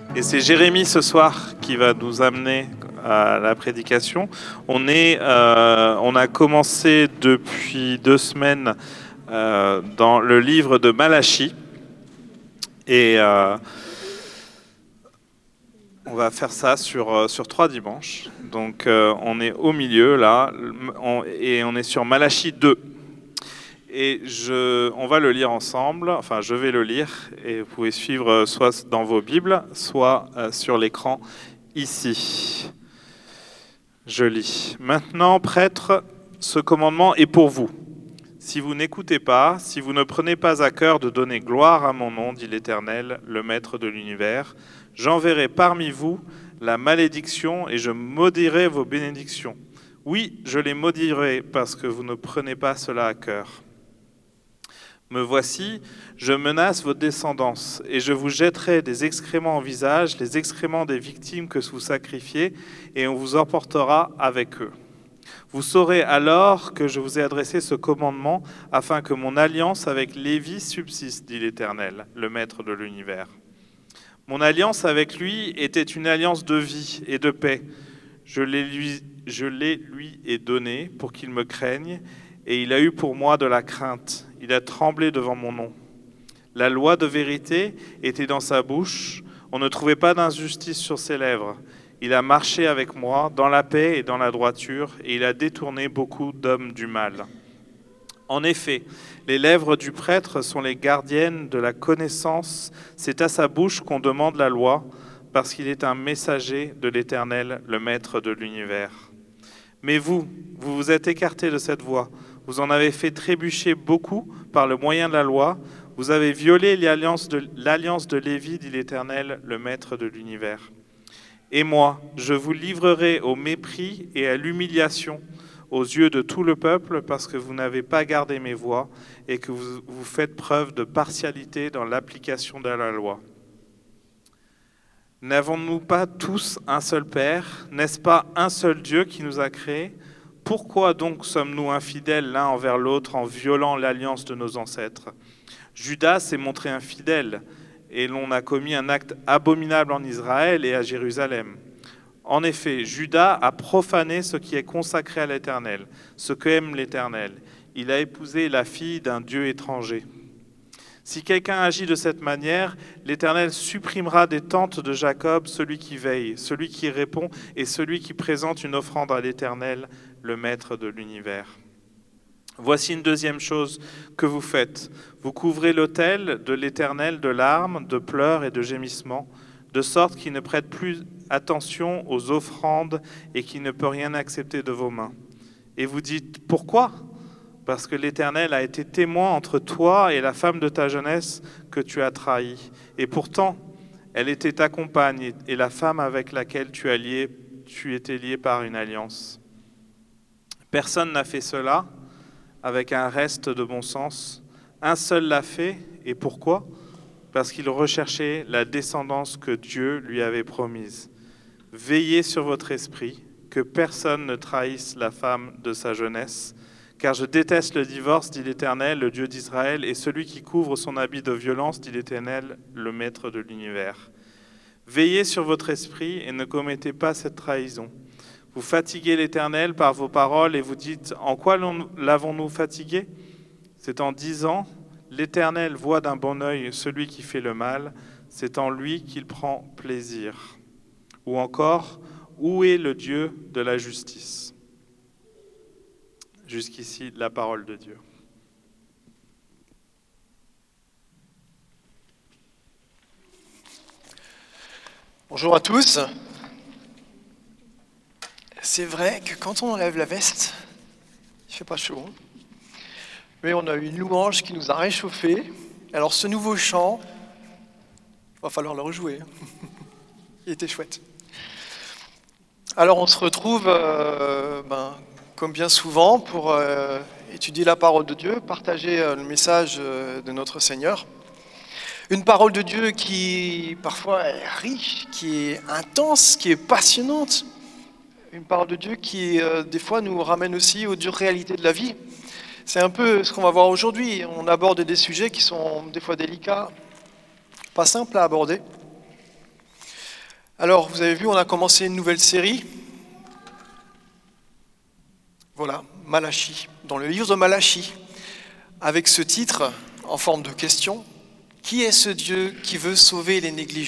Et c'est Jérémie ce soir qui va nous amener à la prédication. On a commencé depuis 2 semaines dans le livre de Malachie. Et on va faire ça sur 3 dimanches. Donc on est au milieu là, et on est sur Malachie 2. Et on va le lire ensemble, enfin je vais le lire, et vous pouvez suivre soit dans vos Bibles, soit sur l'écran ici. Je lis. Maintenant, prêtres, ce commandement est pour vous. Si vous n'écoutez pas, si vous ne prenez pas à cœur de donner gloire à mon nom, dit l'Éternel, le Maître de l'univers, j'enverrai parmi vous la malédiction et je maudirai vos bénédictions. Oui, je les maudirai parce que vous ne prenez pas cela à cœur. Me voici, je menace votre descendance, et je vous jetterai des excréments au visage, les excréments des victimes que vous sacrifiez, et on vous emportera avec eux. Vous saurez alors que je vous ai adressé ce commandement, afin que mon alliance avec Lévi subsiste, dit l'Éternel, le Maître de l'univers. Mon alliance avec lui était une alliance de vie et de paix. Je l'ai lui ai donné pour qu'il me craigne, et il a eu pour moi de la crainte. Il a tremblé devant mon nom. La loi de vérité était dans sa bouche. On ne trouvait pas d'injustice sur ses lèvres. Il a marché avec moi dans la paix et dans la droiture, et il a détourné beaucoup d'hommes du mal. En effet, les lèvres du prêtre sont les gardiennes de la connaissance. C'est à sa bouche qu'on demande la loi, parce qu'il est un messager de l'Éternel, le Maître de l'univers. Mais vous vous êtes écartés de cette voie. Vous en avez fait trébucher beaucoup par le moyen de la loi. Vous avez violé l'alliance de Lévi, dit l'Éternel, le Maître de l'univers. Et moi, je vous livrerai au mépris et à l'humiliation aux yeux de tout le peuple, parce que vous n'avez pas gardé mes voies et que vous faites preuve de partialité dans l'application de la loi. N'avons-nous pas tous un seul Père? N'est-ce pas un seul Dieu qui nous a créés? Pourquoi donc sommes-nous infidèles l'un envers l'autre en violant l'alliance de nos ancêtres? Judas s'est montré infidèle et l'on a commis un acte abominable en Israël et à Jérusalem. En effet, Judas a profané ce qui est consacré à l'Éternel, ce qu'aime l'Éternel. Il a épousé la fille d'un Dieu étranger. Si quelqu'un agit de cette manière, l'Éternel supprimera des tentes de Jacob celui qui veille, celui qui répond et celui qui présente une offrande à l'Éternel, le Maître de l'univers. Voici une deuxième chose que vous faites. Vous couvrez l'autel de l'Éternel de larmes, de pleurs et de gémissements, de sorte qu'il ne prête plus attention aux offrandes et qu'il ne peut rien accepter de vos mains. Et vous dites, pourquoi ? Parce que l'Éternel a été témoin entre toi et la femme de ta jeunesse que tu as trahie. Et pourtant, elle était ta compagne et la femme avec laquelle tu étais lié par une alliance. Personne n'a fait cela avec un reste de bon sens. Un seul l'a fait. Et pourquoi ? Parce qu'il recherchait la descendance que Dieu lui avait promise. Veillez sur votre esprit, que personne ne trahisse la femme de sa jeunesse, car je déteste le divorce, dit l'Éternel, le Dieu d'Israël, et celui qui couvre son habit de violence, dit l'Éternel, le Maître de l'univers. Veillez sur votre esprit et ne commettez pas cette trahison. Vous fatiguez l'Éternel par vos paroles et vous dites, en quoi l'avons-nous fatigué ? C'est en disant, l'Éternel voit d'un bon œil celui qui fait le mal, c'est en lui qu'il prend plaisir. Ou encore, où est le Dieu de la justice ? Jusqu'ici, la parole de Dieu. Bonjour à tous. C'est vrai que quand on enlève la veste, il ne fait pas chaud. Mais on a eu une louange qui nous a réchauffés. Alors ce nouveau chant, il va falloir le rejouer. Il était chouette. Alors on se retrouve, comme bien souvent, pour étudier la parole de Dieu, partager le message de notre Seigneur. Une parole de Dieu qui parfois est riche, qui est intense, qui est passionnante. Une parole de Dieu qui des fois nous ramène aussi aux dures réalités de la vie. C'est un peu ce qu'on va voir aujourd'hui. On aborde des sujets qui sont des fois délicats, pas simples à aborder. Alors, vous avez vu, on a commencé une nouvelle série. Voilà, Malachie, dans le livre de Malachie, avec ce titre en forme de question, « Qui est ce Dieu qui veut sauver les négligents ?»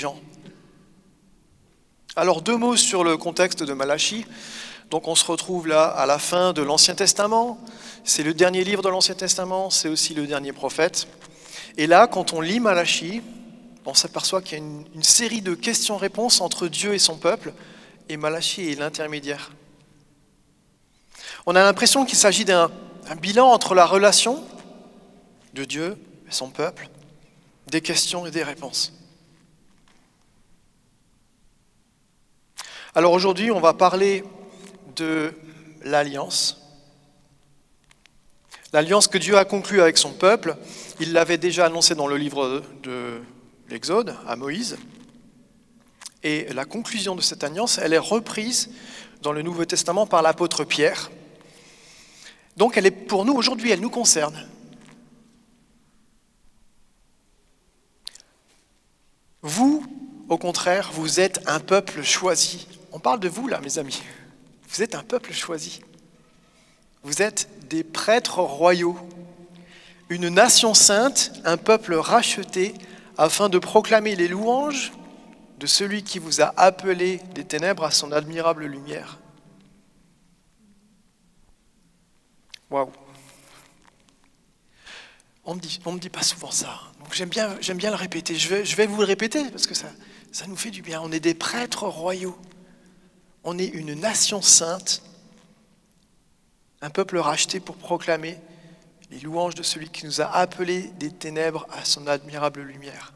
Alors, 2 mots sur le contexte de Malachie. Donc, on se retrouve là à la fin de l'Ancien Testament. C'est le dernier livre de l'Ancien Testament, c'est aussi le dernier prophète. Et là, quand on lit Malachie, on s'aperçoit qu'il y a une série de questions-réponses entre Dieu et son peuple, et Malachie est l'intermédiaire. On a l'impression qu'il s'agit d'un bilan entre la relation de Dieu et son peuple, des questions et des réponses. Alors aujourd'hui, on va parler de l'alliance. L'alliance que Dieu a conclue avec son peuple, il l'avait déjà annoncé dans le livre de l'Exode à Moïse. Et la conclusion de cette alliance, elle est reprise dans le Nouveau Testament par l'apôtre Pierre. Donc elle est pour nous aujourd'hui, elle nous concerne. Vous, au contraire, vous êtes un peuple choisi. On parle de vous là, mes amis. Vous êtes un peuple choisi. Vous êtes des prêtres royaux, une nation sainte, un peuple racheté, afin de proclamer les louanges de celui qui vous a appelé des ténèbres à son admirable lumière. Waouh! On me dit pas souvent ça. Donc j'aime bien le répéter. Je vais vous le répéter parce que ça nous fait du bien. On est des prêtres royaux. On est une nation sainte, un peuple racheté pour proclamer les louanges de celui qui nous a appelés des ténèbres à son admirable lumière.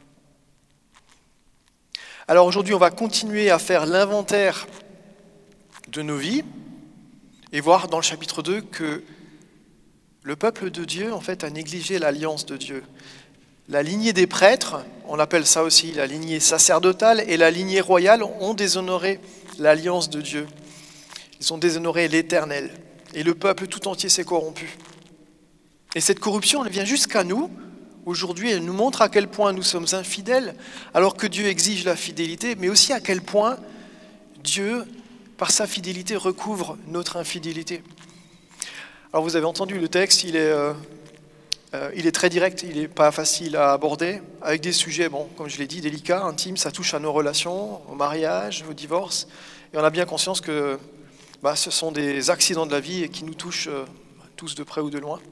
Alors aujourd'hui, on va continuer à faire l'inventaire de nos vies et voir dans le chapitre 2 que le peuple de Dieu, en fait, a négligé l'alliance de Dieu. La lignée des prêtres, on appelle ça aussi la lignée sacerdotale, et la lignée royale ont déshonoré l'alliance de Dieu. Ils ont déshonoré l'Éternel. Et le peuple tout entier s'est corrompu. Et cette corruption, elle vient jusqu'à nous. Aujourd'hui, elle nous montre à quel point nous sommes infidèles, alors que Dieu exige la fidélité, mais aussi à quel point Dieu, par sa fidélité, recouvre notre infidélité. Alors vous avez entendu le texte, il est très direct, il n'est pas facile à aborder, avec des sujets, comme je l'ai dit, délicats, intimes, ça touche à nos relations, au mariage, au divorce, et on a bien conscience que ce sont des accidents de la vie et qui nous touchent tous de près ou de loin.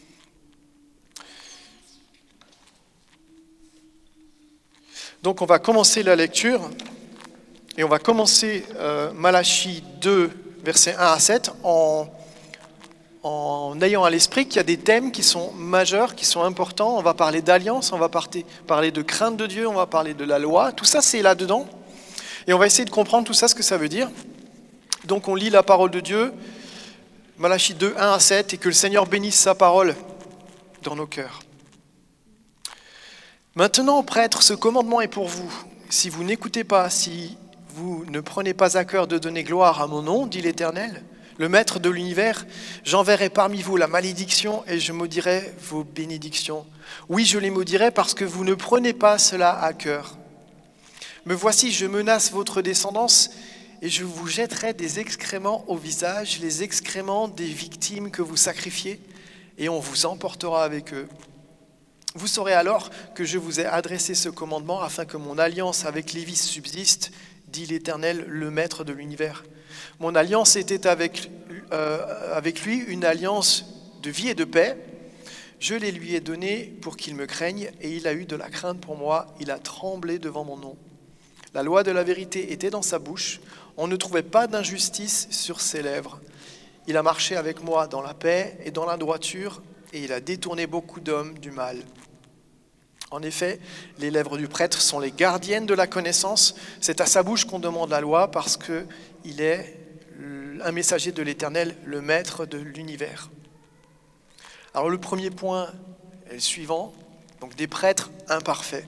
Donc on va commencer la lecture, et on va commencer Malachie 2, versets 1 à 7, en ayant à l'esprit qu'il y a des thèmes qui sont majeurs, qui sont importants. On va parler d'alliance, on va parler de crainte de Dieu, on va parler de la loi. Tout ça, c'est là-dedans. Et on va essayer de comprendre tout ça, ce que ça veut dire. Donc on lit la parole de Dieu, Malachie 2, 1 à 7, et que le Seigneur bénisse sa parole dans nos cœurs. Maintenant, prêtres, ce commandement est pour vous. Si vous n'écoutez pas, si vous ne prenez pas à cœur de donner gloire à mon nom, dit l'Éternel, le Maître de l'univers, j'enverrai parmi vous la malédiction et je maudirai vos bénédictions. Oui, je les maudirai parce que vous ne prenez pas cela à cœur. Me voici, je menace votre descendance et je vous jetterai des excréments au visage, les excréments des victimes que vous sacrifiez, et on vous emportera avec eux. Vous saurez alors que je vous ai adressé ce commandement afin que mon alliance avec Lévi subsiste, dit l'Éternel, le Maître de l'univers. Mon alliance était avec lui une alliance de vie et de paix. Je les lui ai donnés pour qu'il me craigne, et il a eu de la crainte pour moi. Il a tremblé devant mon nom. La loi de la vérité était dans sa bouche. On ne trouvait pas d'injustice sur ses lèvres. Il a marché avec moi dans la paix et dans la droiture, et il a détourné beaucoup d'hommes du mal. En effet, les lèvres du prêtre sont les gardiennes de la connaissance. C'est à sa bouche qu'on demande la loi parce qu'il est un messager de l'Éternel, le Maître de l'univers. Alors le premier point est le suivant, donc des prêtres imparfaits.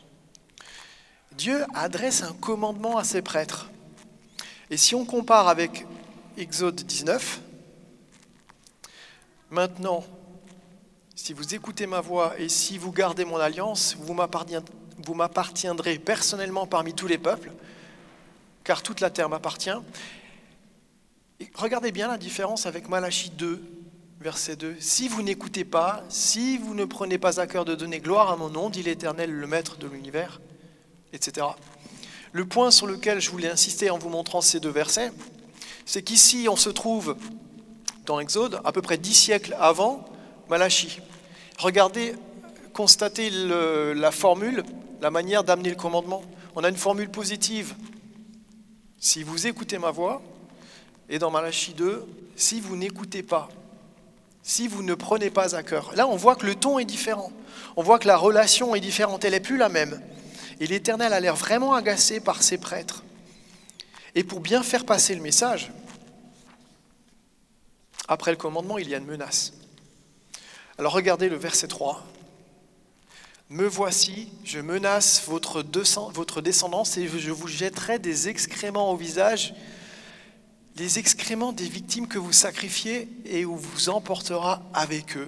Dieu adresse un commandement à ses prêtres. Et si on compare avec Exode 19, maintenant, si vous écoutez ma voix et si vous gardez mon alliance, vous m'appartiendrez personnellement parmi tous les peuples. car toute la terre m'appartient. Et regardez bien la différence avec Malachie 2, verset 2. Si vous n'écoutez pas, si vous ne prenez pas à cœur de donner gloire à mon nom, dit l'Éternel, le Maître de l'univers, etc. Le point sur lequel je voulais insister en vous montrant ces deux versets, c'est qu'ici on se trouve dans Exode, à peu près 10 siècles avant Malachie. Regardez, constatez la formule, la manière d'amener le commandement. On a une formule positive. Si vous écoutez ma voix, et dans Malachie 2, si vous n'écoutez pas, si vous ne prenez pas à cœur. Là, on voit que le ton est différent. On voit que la relation est différente. Elle n'est plus la même. Et l'Éternel a l'air vraiment agacé par ses prêtres. Et pour bien faire passer le message, après le commandement, il y a une menace. Alors regardez le verset 3. « Me voici, je menace votre descendance et je vous jetterai des excréments au visage, les excréments des victimes que vous sacrifiez et où vous emportera avec eux. »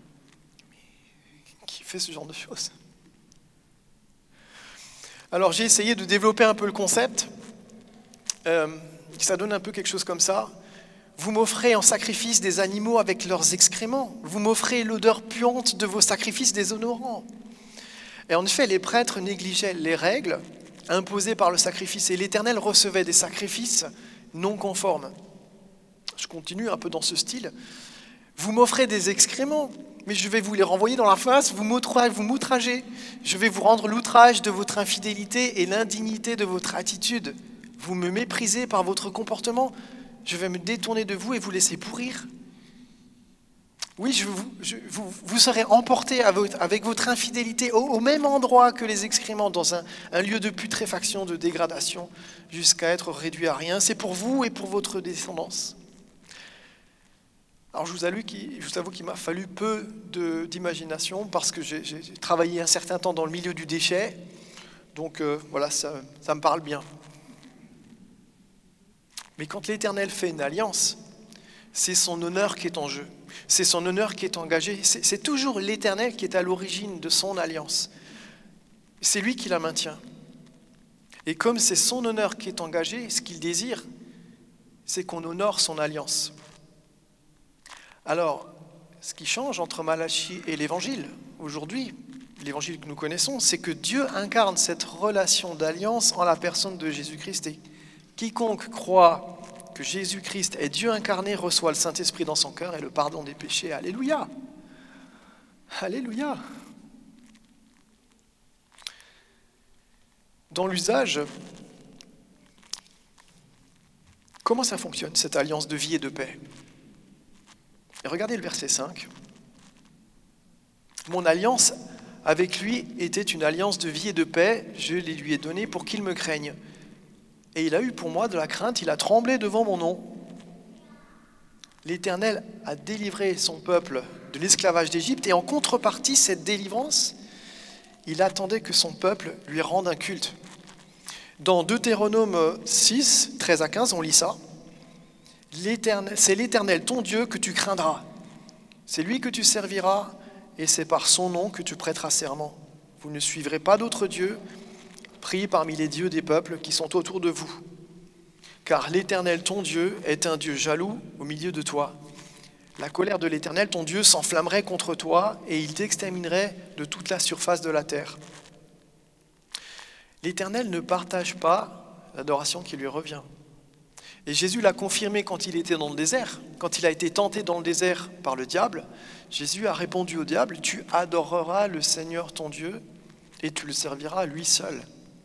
Qui fait ce genre de choses? Alors j'ai essayé de développer un peu le concept. Ça donne un peu quelque chose comme ça. Vous m'offrez en sacrifice des animaux avec leurs excréments. Vous m'offrez l'odeur puante de vos sacrifices déshonorants. Et en effet, les prêtres négligeaient les règles imposées par le sacrifice. Et l'Éternel recevait des sacrifices non conformes. Je continue un peu dans ce style. Vous m'offrez des excréments, mais je vais vous les renvoyer dans la face. Vous m'outragez. Je vais vous rendre l'outrage de votre infidélité et l'indignité de votre attitude. Vous me méprisez par votre comportement. Je vais me détourner de vous et vous laisser pourrir. Oui, vous serez emporté avec votre infidélité au même endroit que les excréments, dans un lieu de putréfaction, de dégradation, jusqu'à être réduit à rien. C'est pour vous et pour votre descendance. Alors je vous avoue qu'il m'a fallu peu d'imagination parce que j'ai travaillé un certain temps dans le milieu du déchet. Donc voilà, ça me parle bien. Mais quand l'Éternel fait une alliance, c'est son honneur qui est en jeu. C'est son honneur qui est engagé. C'est toujours l'Éternel qui est à l'origine de son alliance. C'est lui qui la maintient. Et comme c'est son honneur qui est engagé, ce qu'il désire, c'est qu'on honore son alliance. Alors, ce qui change entre Malachie et l'Évangile, aujourd'hui, l'Évangile que nous connaissons, c'est que Dieu incarne cette relation d'alliance en la personne de Jésus-Christ. Et quiconque croit que Jésus-Christ est Dieu incarné reçoit le Saint-Esprit dans son cœur et le pardon des péchés. Alléluia! Alléluia! Dans l'usage, comment ça fonctionne, cette alliance de vie et de paix? Et regardez le verset 5. « Mon alliance avec lui était une alliance de vie et de paix. Je les lui ai donnée pour qu'il me craigne. Et il a eu pour moi de la crainte, il a tremblé devant mon nom. L'Éternel a délivré son peuple de l'esclavage d'Égypte et en contrepartie, cette délivrance, il attendait que son peuple lui rende un culte. » Dans Deutéronome 6, 13 à 15, on lit ça. « C'est l'Éternel, ton Dieu, que tu craindras. C'est lui que tu serviras et c'est par son nom que tu prêteras serment. Vous ne suivrez pas d'autres dieux, pris parmi les dieux des peuples qui sont autour de vous. Car l'Éternel, ton Dieu, est un Dieu jaloux au milieu de toi. La colère de l'Éternel, ton Dieu, s'enflammerait contre toi et il t'exterminerait de toute la surface de la terre. » L'Éternel ne partage pas l'adoration qui lui revient. Et Jésus l'a confirmé quand il était dans le désert. Quand il a été tenté dans le désert par le diable, Jésus a répondu au diable, « Tu adoreras le Seigneur ton Dieu et tu le serviras lui seul. »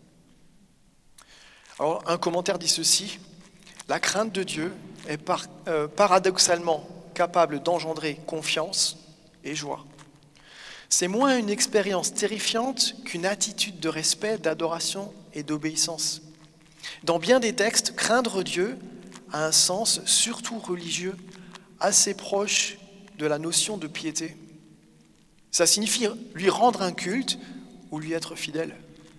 Alors, un commentaire dit ceci, « La crainte de Dieu est paradoxalement capable d'engendrer confiance et joie. C'est moins une expérience terrifiante qu'une attitude de respect, d'adoration et d'obéissance. Dans bien des textes, craindre Dieu a un sens surtout religieux, assez proche de la notion de piété. Ça signifie lui rendre un culte ou lui être fidèle.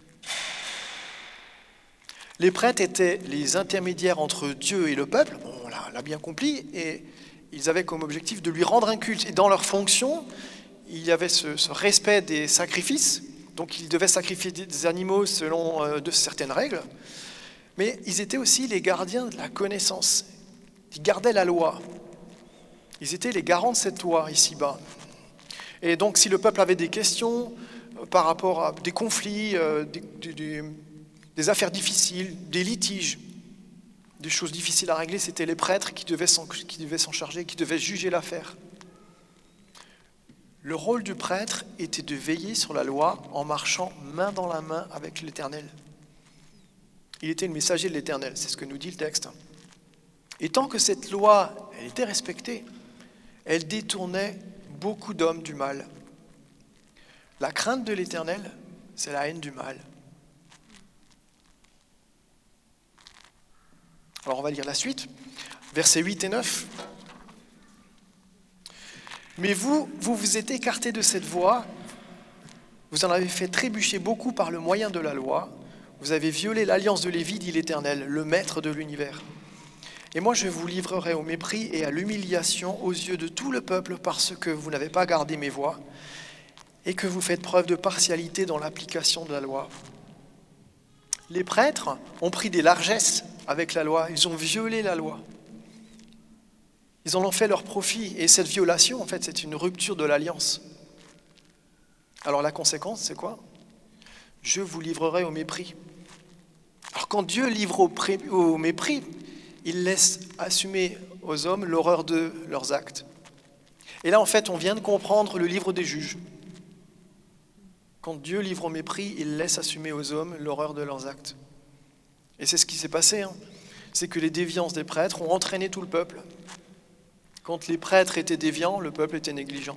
Les prêtres étaient les intermédiaires entre Dieu et le peuple, on l'a bien compris, et ils avaient comme objectif de lui rendre un culte. Et dans leur fonction, il y avait ce respect des sacrifices, donc ils devaient sacrifier des animaux selon de certaines règles. Mais ils étaient aussi les gardiens de la connaissance. Ils gardaient la loi. Ils étaient les garants de cette loi ici-bas. Et donc, si le peuple avait des questions par rapport à des conflits, des affaires difficiles, des litiges, des choses difficiles à régler, c'était les prêtres qui devaient s'en charger, qui devaient juger l'affaire. Le rôle du prêtre était de veiller sur la loi en marchant main dans la main avec l'Éternel. Il était le messager de l'Éternel, c'est ce que nous dit le texte. Et tant que cette loi, elle était respectée, elle détournait beaucoup d'hommes du mal. La crainte de l'Éternel, c'est la haine du mal. Alors on va lire la suite, versets 8 et 9. Mais vous vous êtes écartés de cette voie, vous en avez fait trébucher beaucoup par le moyen de la loi, vous avez violé l'alliance de Lévi, dit l'Éternel, le maître de l'univers. Et moi je vous livrerai au mépris et à l'humiliation aux yeux de tout le peuple parce que vous n'avez pas gardé mes voies et que vous faites preuve de partialité dans l'application de la loi. Les prêtres ont pris des largesses avec la loi, ils ont violé la loi. Ils en ont fait leur profit. Et cette violation, en fait, c'est une rupture de l'alliance. Alors la conséquence, c'est quoi ? Je vous livrerai au mépris. Alors quand Dieu livre au mépris, il laisse assumer aux hommes l'horreur de leurs actes. Et là, en fait, on vient de comprendre le livre des juges. Quand Dieu livre au mépris, il laisse assumer aux hommes l'horreur de leurs actes. Et c'est ce qui s'est passé. C'est que les déviances des prêtres ont entraîné tout le peuple. Quand les prêtres étaient déviants, le peuple était négligent.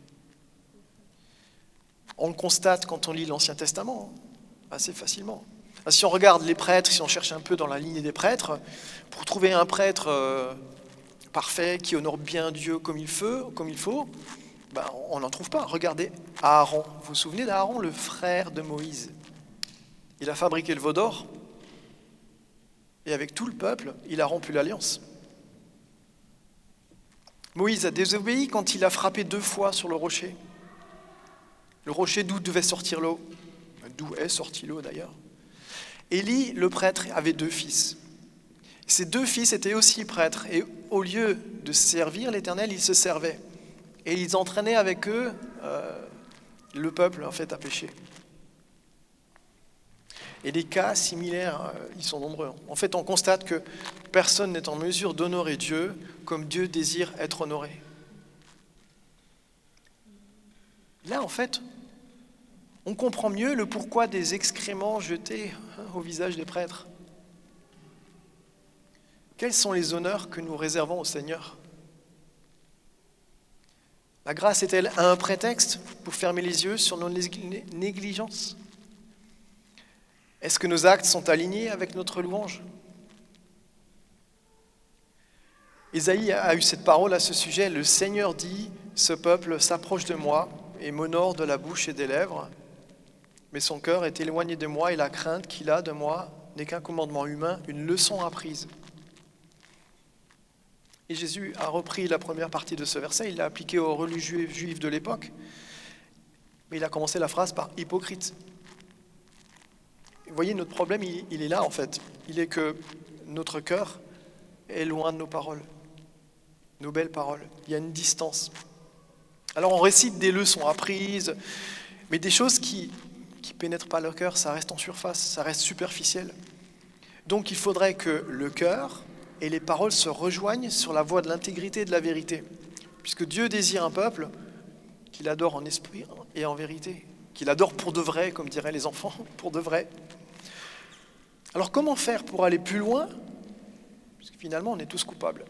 On le constate quand on lit l'Ancien Testament, assez facilement. Si on regarde les prêtres, si on cherche un peu dans la lignée des prêtres, pour trouver un prêtre parfait, qui honore bien Dieu comme il faut, on n'en trouve pas. Regardez Aaron. Vous vous souvenez d'Aaron, le frère de Moïse ? Il a fabriqué le veau d'or, et avec tout le peuple, il a rompu l'alliance. Moïse a désobéi quand il a frappé 2 fois sur le rocher d'où devait sortir l'eau, d'où est sortie l'eau d'ailleurs. Élie, le prêtre, avait 2 fils. Ces 2 fils étaient aussi prêtres, et au lieu de servir l'Éternel, ils se servaient. Et ils entraînaient avec eux le peuple en fait à pécher. Et des cas similaires, ils sont nombreux. En fait, on constate que personne n'est en mesure d'honorer Dieu comme Dieu désire être honoré. Là, en fait, on comprend mieux le pourquoi des excréments jetés au visage des prêtres. Quels sont les honneurs que nous réservons au Seigneur ? La grâce est-elle un prétexte pour fermer les yeux sur nos négligences ? Est-ce que nos actes sont alignés avec notre louange ? Ésaïe a eu cette parole à ce sujet. Le Seigneur dit, ce peuple s'approche de moi et m'honore de la bouche et des lèvres, mais son cœur est éloigné de moi et la crainte qu'il a de moi n'est qu'un commandement humain, une leçon apprise. Et Jésus a repris la première partie de ce verset, il l'a appliqué aux religieux juifs de l'époque, mais il a commencé la phrase par « hypocrite ». Vous voyez, notre problème, il est là en fait. Il est que notre cœur est loin de nos paroles, nos belles paroles. Il y a une distance. Alors on récite des leçons apprises, mais des choses qui pénètrent pas le cœur, ça reste en surface, ça reste superficiel. Donc il faudrait que le cœur et les paroles se rejoignent sur la voie de l'intégrité et de la vérité. Puisque Dieu désire un peuple qu'il adore en esprit et en vérité, qu'il adore pour de vrai, comme diraient les enfants, pour de vrai. Alors comment faire pour aller plus loin ? Parce que finalement, on est tous coupables.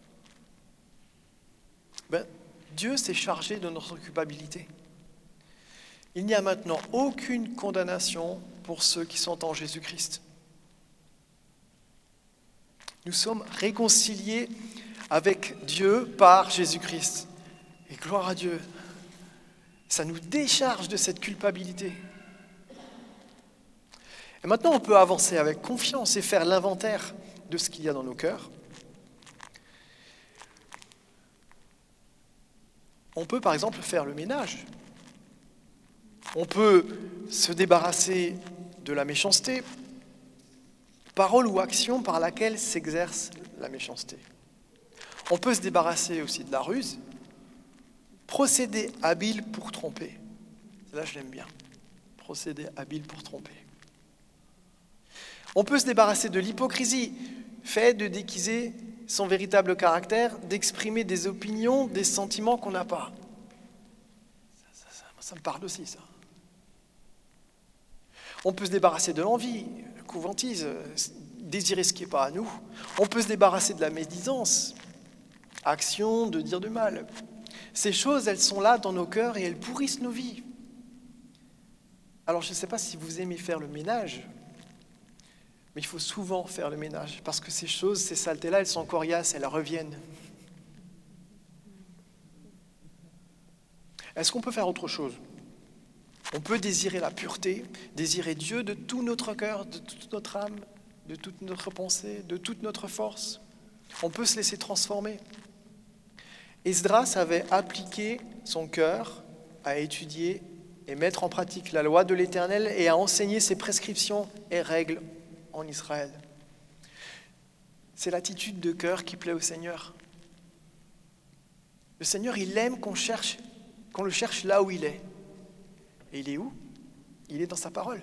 Dieu s'est chargé de notre culpabilité. Il n'y a maintenant aucune condamnation pour ceux qui sont en Jésus-Christ. Nous sommes réconciliés avec Dieu par Jésus-Christ. Et gloire à Dieu, ça nous décharge de cette culpabilité. Et maintenant, on peut avancer avec confiance et faire l'inventaire de ce qu'il y a dans nos cœurs. On peut par exemple faire le ménage. On peut se débarrasser de la méchanceté, parole ou action par laquelle s'exerce la méchanceté. On peut se débarrasser aussi de la ruse, procédé habile pour tromper. Là, je l'aime bien. Procédé habile pour tromper. On peut se débarrasser de l'hypocrisie, fait de déguiser son véritable caractère, d'exprimer des opinions, des sentiments qu'on n'a pas. Ça me parle aussi, ça. On peut se débarrasser de l'envie, la convoitise, désirer ce qui n'est pas à nous. On peut se débarrasser de la médisance, action de dire du mal. Ces choses, elles sont là dans nos cœurs et elles pourrissent nos vies. Alors, je ne sais pas si vous aimez faire le ménage, mais il faut souvent faire le ménage, parce que ces choses, ces saletés-là, elles sont coriaces, elles reviennent. Est-ce qu'on peut faire autre chose ? On peut désirer la pureté, désirer Dieu de tout notre cœur, de toute notre âme, de toute notre pensée, de toute notre force. On peut se laisser transformer. Esdras avait appliqué son cœur à étudier et mettre en pratique la loi de l'Éternel et à enseigner ses prescriptions et règles en Israël. C'est l'attitude de cœur qui plaît au Seigneur. Le Seigneur, il aime qu'on le cherche là où il est. Et il est où ? Il est dans sa parole.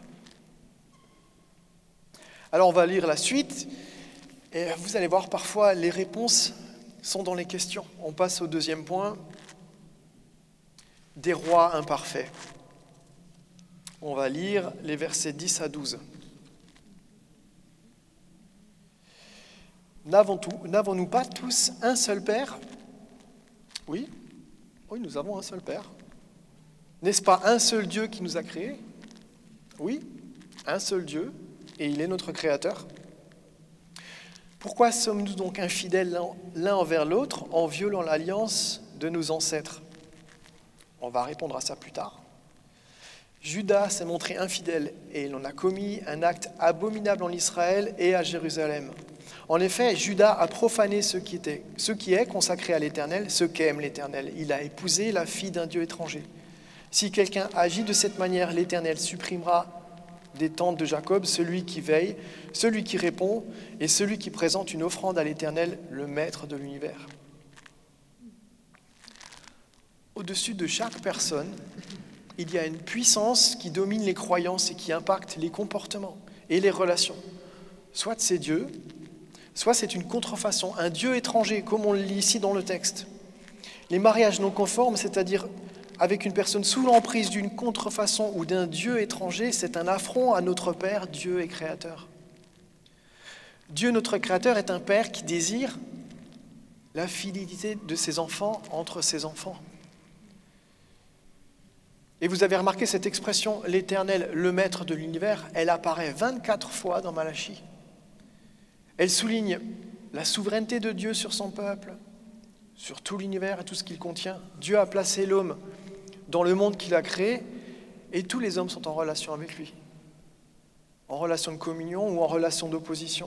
Alors on va lire la suite, et vous allez voir parfois les réponses sont dans les questions. On passe au deuxième point, des rois imparfaits. On va lire les versets 10 à 12. N'avons-nous pas tous un seul Père ? Oui, nous avons un seul Père. N'est-ce pas un seul Dieu qui nous a créés ? Oui, un seul Dieu, et il est notre Créateur. Pourquoi sommes-nous donc infidèles l'un envers l'autre en violant l'alliance de nos ancêtres ? On va répondre à ça plus tard. Judas s'est montré infidèle et il en a commis un acte abominable en Israël et à Jérusalem. En effet, Judas a profané ce qui est consacré à l'Éternel, ce qu'aime l'Éternel. Il a épousé la fille d'un Dieu étranger. Si quelqu'un agit de cette manière, l'Éternel supprimera des tentes de Jacob celui qui veille, celui qui répond et celui qui présente une offrande à l'Éternel, le Maître de l'univers. Au-dessus de chaque personne, il y a une puissance qui domine les croyances et qui impacte les comportements et les relations. Soit c'est Dieu, soit c'est une contrefaçon, un Dieu étranger, comme on le lit ici dans le texte. Les mariages non conformes, c'est-à-dire avec une personne sous l'emprise d'une contrefaçon ou d'un Dieu étranger, c'est un affront à notre Père, Dieu et Créateur. Dieu, notre Créateur, est un Père qui désire la fidélité de ses enfants entre ses enfants. Et vous avez remarqué cette expression, l'Éternel, le Maître de l'univers, elle apparaît 24 fois dans Malachie. Elle souligne la souveraineté de Dieu sur son peuple, sur tout l'univers et tout ce qu'il contient. Dieu a placé l'homme dans le monde qu'il a créé et tous les hommes sont en relation avec lui, en relation de communion ou en relation d'opposition.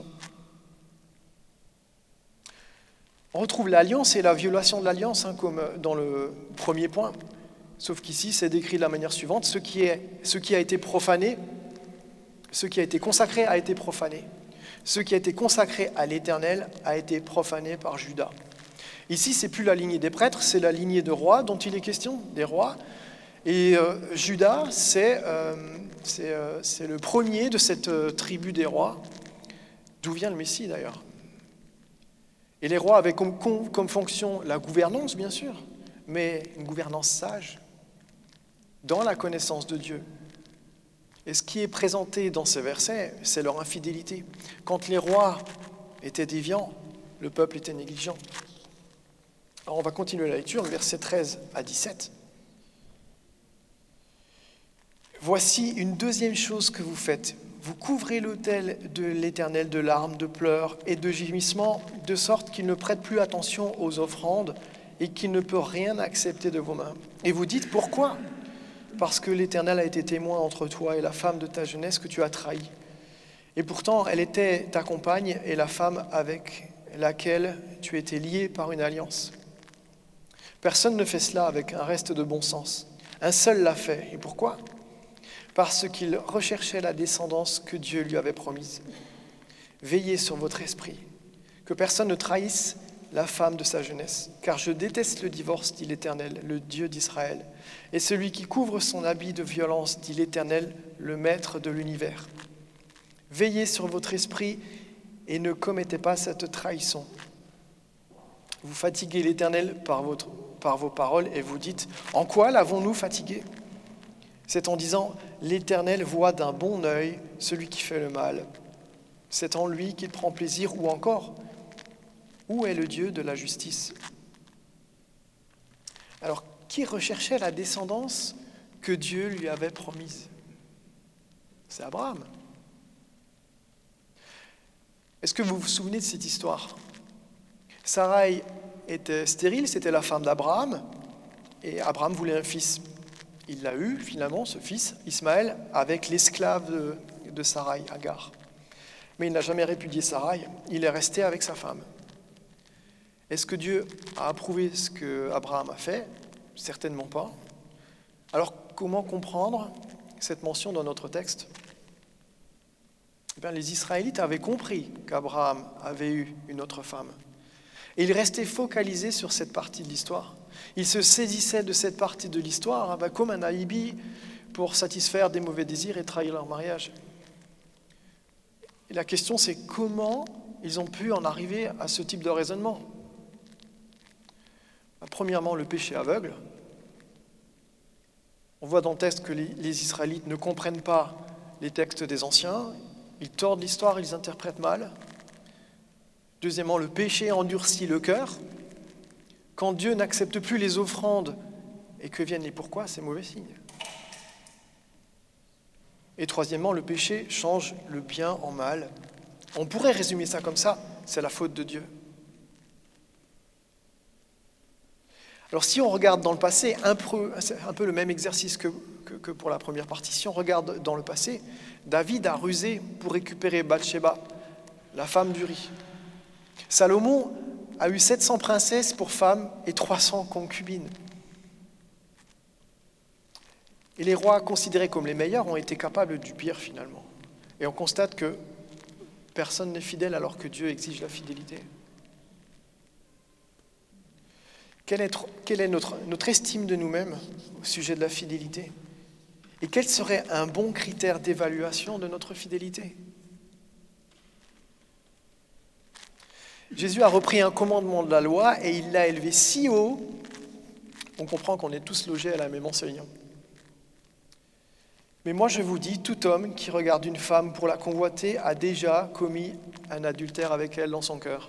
On retrouve l'alliance et la violation de l'alliance, comme dans le premier point. Sauf qu'ici, c'est décrit de la manière suivante, ce qui a été profané, ce qui a été consacré a été profané. Ce qui a été consacré à l'Éternel a été profané par Judas. Ici, c'est plus la lignée des prêtres, c'est la lignée de rois dont il est question, des rois. Et Judas, c'est le premier de cette tribu des rois, d'où vient le Messie d'ailleurs. Et les rois avaient comme fonction la gouvernance, bien sûr, mais une gouvernance sage, dans la connaissance de Dieu. Et ce qui est présenté dans ces versets, c'est leur infidélité. Quand les rois étaient déviants, le peuple était négligent. Alors on va continuer la lecture, versets 13 à 17. Voici une deuxième chose que vous faites. Vous couvrez l'autel de l'Éternel de larmes, de pleurs et de gémissements, de sorte qu'il ne prête plus attention aux offrandes et qu'il ne peut rien accepter de vos mains. Et vous dites, pourquoi ? Parce que l'Éternel a été témoin entre toi et la femme de ta jeunesse que tu as trahie. Et pourtant, elle était ta compagne et la femme avec laquelle tu étais lié par une alliance. Personne ne fait cela avec un reste de bon sens. Un seul l'a fait. Et pourquoi ? Parce qu'il recherchait la descendance que Dieu lui avait promise. Veillez sur votre esprit, que personne ne trahisse la femme de sa jeunesse, car je déteste le divorce, dit l'Éternel, le Dieu d'Israël, et celui qui couvre son habit de violence, dit l'Éternel, le Maître de l'univers. Veillez sur votre esprit et ne commettez pas cette trahison. Vous fatiguez l'Éternel par vos paroles et vous dites, en quoi l'avons-nous fatigué ? C'est en disant, l'Éternel voit d'un bon œil celui qui fait le mal. C'est en lui qu'il prend plaisir, ou encore, où est le Dieu de la justice ? Alors, qui recherchait la descendance que Dieu lui avait promise ? C'est Abraham. Est-ce que vous vous souvenez de cette histoire ? Sarai était stérile, c'était la femme d'Abraham, et Abraham voulait un fils. Il l'a eu, finalement, ce fils, Ismaël, avec l'esclave de Sarai, Agar. Mais il n'a jamais répudié Sarai, il est resté avec sa femme. Est-ce que Dieu a approuvé ce que Abraham a fait ? Certainement pas. Alors, comment comprendre cette mention dans notre texte ? Eh bien, les Israélites avaient compris qu'Abraham avait eu une autre femme. Et ils restaient focalisés sur cette partie de l'histoire. Ils se saisissaient de cette partie de l'histoire comme un alibi pour satisfaire des mauvais désirs et trahir leur mariage. Et la question, c'est comment ils ont pu en arriver à ce type de raisonnement ? Premièrement, le péché aveugle. On voit dans le texte que les Israélites ne comprennent pas les textes des anciens. Ils tordent l'histoire, ils interprètent mal. Deuxièmement, le péché endurcit le cœur. Quand Dieu n'accepte plus les offrandes et que viennent les pourquoi, c'est mauvais signe. Et troisièmement, le péché change le bien en mal. On pourrait résumer ça comme ça, c'est la faute de Dieu. Alors si on regarde dans le passé, c'est un peu le même exercice que pour la première partie, si on regarde dans le passé, David a rusé pour récupérer Bathsheba, la femme d'Uri. Salomon a eu 700 princesses pour femmes et 300 concubines. Et les rois considérés comme les meilleurs ont été capables du pire finalement. Et on constate que personne n'est fidèle alors que Dieu exige la fidélité. Quelle est notre estime de nous-mêmes au sujet de la fidélité ? Et quel serait un bon critère d'évaluation de notre fidélité ? Jésus a repris un commandement de la loi et il l'a élevé si haut, on comprend qu'on est tous logés à la même enseigne. Mais moi je vous dis, tout homme qui regarde une femme pour la convoiter a déjà commis un adultère avec elle dans son cœur.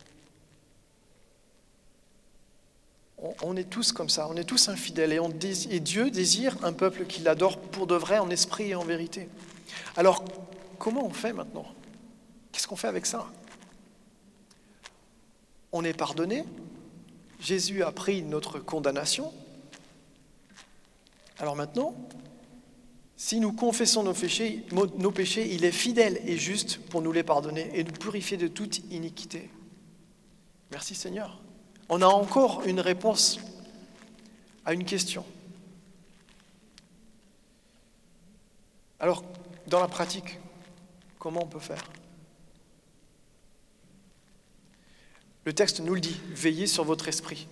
On est tous comme ça, on est tous infidèles et Dieu désire un peuple qui l'adore pour de vrai, en esprit et en vérité. Alors, comment on fait maintenant ? Qu'est-ce qu'on fait avec ça ? On est pardonné, Jésus a pris notre condamnation. Alors maintenant, si nous confessons nos péchés, il est fidèle et juste pour nous les pardonner et nous purifier de toute iniquité. Merci Seigneur. On a encore une réponse à une question. Alors, dans la pratique, comment on peut faire ? Le texte nous le dit, veillez sur votre esprit.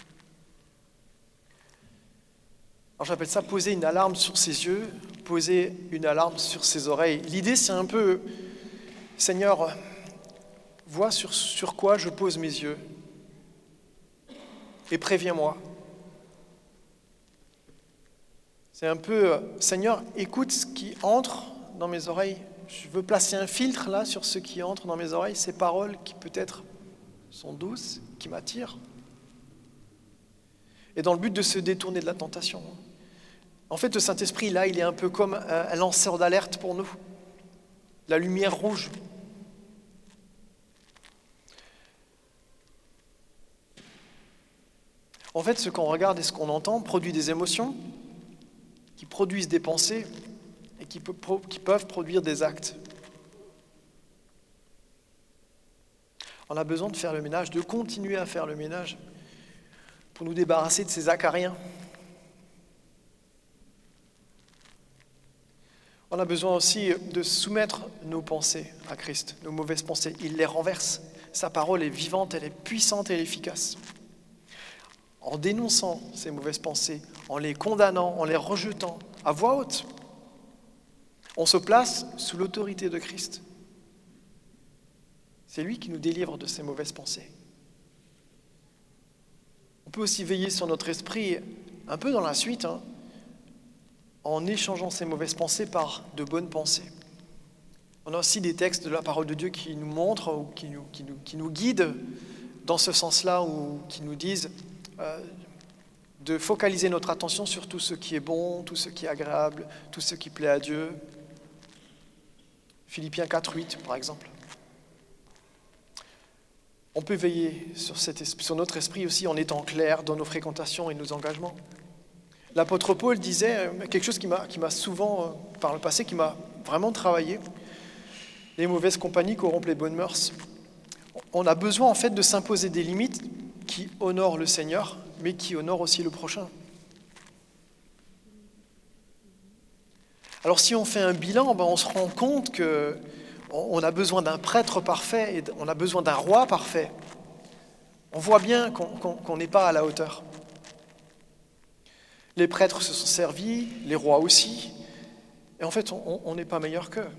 Alors j'appelle ça poser une alarme sur ses yeux, poser une alarme sur ses oreilles. L'idée c'est un peu, Seigneur, vois sur quoi je pose mes yeux et préviens-moi. C'est un peu, Seigneur, écoute ce qui entre dans mes oreilles. Je veux placer un filtre là sur ce qui entre dans mes oreilles, ces paroles qui peut-être sont douces, qui m'attirent. Et dans le but de se détourner de la tentation. En fait, le Saint-Esprit, là, il est un peu comme un lanceur d'alerte pour nous. La lumière rouge. En fait, ce qu'on regarde et ce qu'on entend produit des émotions qui produisent des pensées et qui peuvent produire des actes. On a besoin de faire le ménage, de continuer à faire le ménage pour nous débarrasser de ces acariens. On On a besoin aussi de soumettre nos pensées à Christ, nos mauvaises pensées. Il les renverse. Sa parole est vivante, elle est puissante et efficace. En dénonçant ces mauvaises pensées, en les condamnant, en les rejetant à voix haute, on se place sous l'autorité de Christ. C'est lui qui nous délivre de ces mauvaises pensées. On peut aussi veiller sur notre esprit un peu dans la suite, en échangeant ces mauvaises pensées par de bonnes pensées. On a aussi des textes de la parole de Dieu qui nous montrent ou qui nous guident dans ce sens-là, ou qui nous disent de focaliser notre attention sur tout ce qui est bon, tout ce qui est agréable, tout ce qui plaît à Dieu. Philippiens 4:8, par exemple. On peut veiller sur notre esprit aussi en étant clair dans nos fréquentations et nos engagements. L'apôtre Paul disait quelque chose qui m'a souvent, par le passé, qui m'a vraiment travaillé. Les mauvaises compagnies corrompent les bonnes mœurs. On a besoin en fait de s'imposer des limites qui honorent le Seigneur, mais qui honorent aussi le prochain. Alors si on fait un bilan, on se rend compte qu'on a besoin d'un prêtre parfait et on a besoin d'un roi parfait. On voit bien qu'on n'est pas à la hauteur. Les prêtres se sont servis, les rois aussi, et en fait on n'est pas meilleur qu'eux.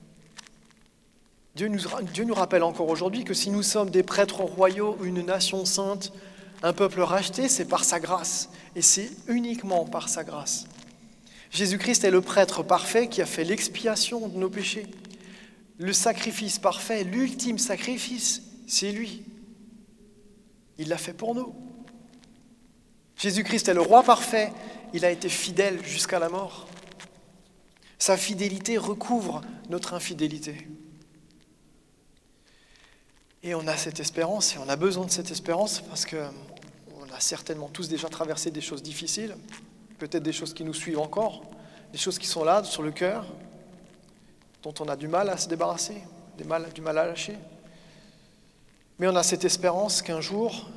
Dieu nous rappelle encore aujourd'hui que si nous sommes des prêtres royaux, une nation sainte, un peuple racheté, c'est par sa grâce, et c'est uniquement par sa grâce. Jésus-Christ est le prêtre parfait qui a fait l'expiation de nos péchés. Le sacrifice parfait, l'ultime sacrifice, c'est lui. Il l'a fait pour nous. Jésus-Christ est le roi parfait, il a été fidèle jusqu'à la mort. Sa fidélité recouvre notre infidélité. Et on a cette espérance, et on a besoin de cette espérance parce qu'on a certainement tous déjà traversé des choses difficiles, peut-être des choses qui nous suivent encore, des choses qui sont là, sur le cœur, dont on a du mal à se débarrasser, du mal à lâcher. Mais on a cette espérance qu'un jour,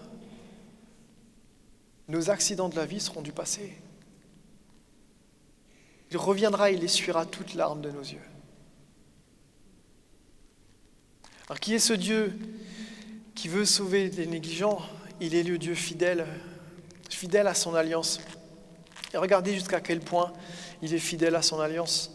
nos accidents de la vie seront du passé. Il reviendra, il essuiera toute larme de nos yeux. Alors qui est ce Dieu qui veut sauver les négligents? Il est le Dieu fidèle, fidèle à son alliance. Et regardez jusqu'à quel point il est fidèle à son alliance.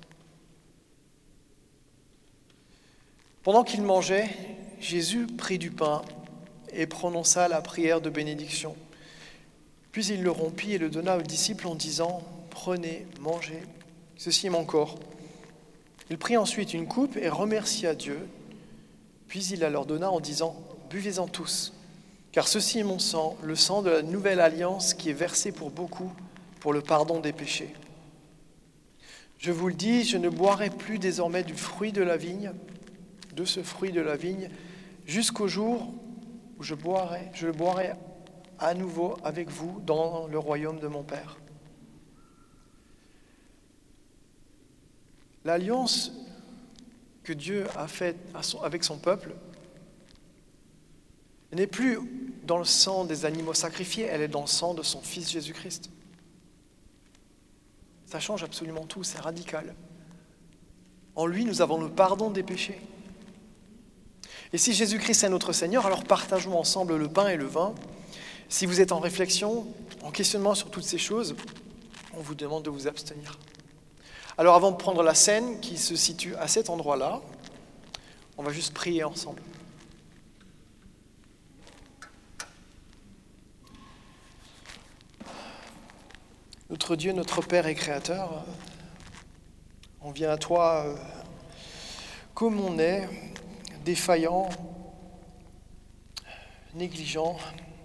Pendant qu'il mangeait, Jésus prit du pain et prononça la prière de bénédiction. Puis il le rompit et le donna aux disciples en disant « Prenez, mangez, ceci est mon corps. » Il prit ensuite une coupe et remercia Dieu. Puis il la leur donna en disant « Buvez-en tous, car ceci est mon sang, le sang de la nouvelle alliance qui est versé pour beaucoup pour le pardon des péchés. Je vous le dis, je ne boirai plus désormais du fruit de la vigne, de ce fruit de la vigne, jusqu'au jour où je le boirai à nouveau avec vous dans le royaume de mon Père. » L'alliance que Dieu a faite avec son peuple n'est plus dans le sang des animaux sacrifiés, elle est dans le sang de son Fils Jésus-Christ. Ça change absolument tout, c'est radical. En lui, nous avons le pardon des péchés. Et si Jésus-Christ est notre Seigneur, alors partageons ensemble le pain et le vin. Si vous êtes en réflexion, en questionnement sur toutes ces choses, on vous demande de vous abstenir. Alors avant de prendre la scène qui se situe à cet endroit-là, on va juste prier ensemble. Notre Dieu, notre Père et Créateur, on vient à toi comme on est, défaillant, négligent.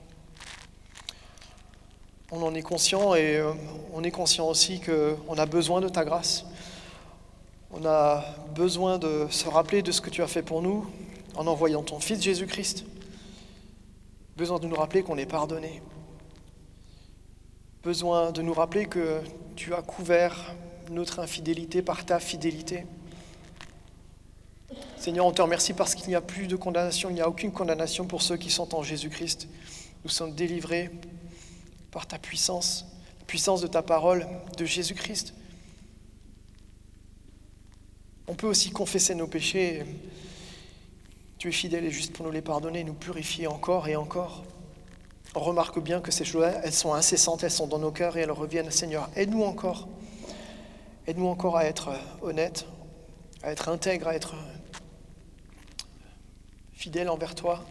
On en est conscient et on est conscient aussi qu'on a besoin de ta grâce. On a besoin de se rappeler de ce que tu as fait pour nous en envoyant ton Fils Jésus-Christ. Besoin de nous rappeler qu'on est pardonné. Besoin de nous rappeler que tu as couvert notre infidélité par ta fidélité. Seigneur, on te remercie parce qu'il n'y a plus de condamnation, il n'y a aucune condamnation pour ceux qui sont en Jésus-Christ. Nous sommes délivrés par ta puissance, la puissance de ta parole, de Jésus-Christ. On peut aussi confesser nos péchés. Tu es fidèle et juste pour nous les pardonner, nous purifier encore et encore. On remarque bien que ces choses-là, elles sont incessantes, elles sont dans nos cœurs et elles reviennent. Seigneur, aide-nous encore. Aide-nous encore à être honnêtes, à être intègres, à être fidèles envers toi.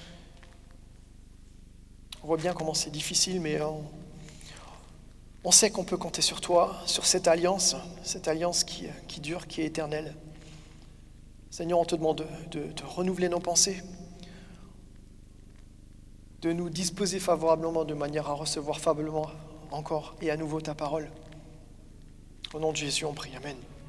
On voit bien comment c'est difficile, mais on sait qu'on peut compter sur toi, sur cette alliance qui dure, qui est éternelle. Seigneur, on te demande de renouveler nos pensées, de nous disposer favorablement de manière à recevoir favorablement encore et à nouveau ta parole. Au nom de Jésus, on prie. Amen.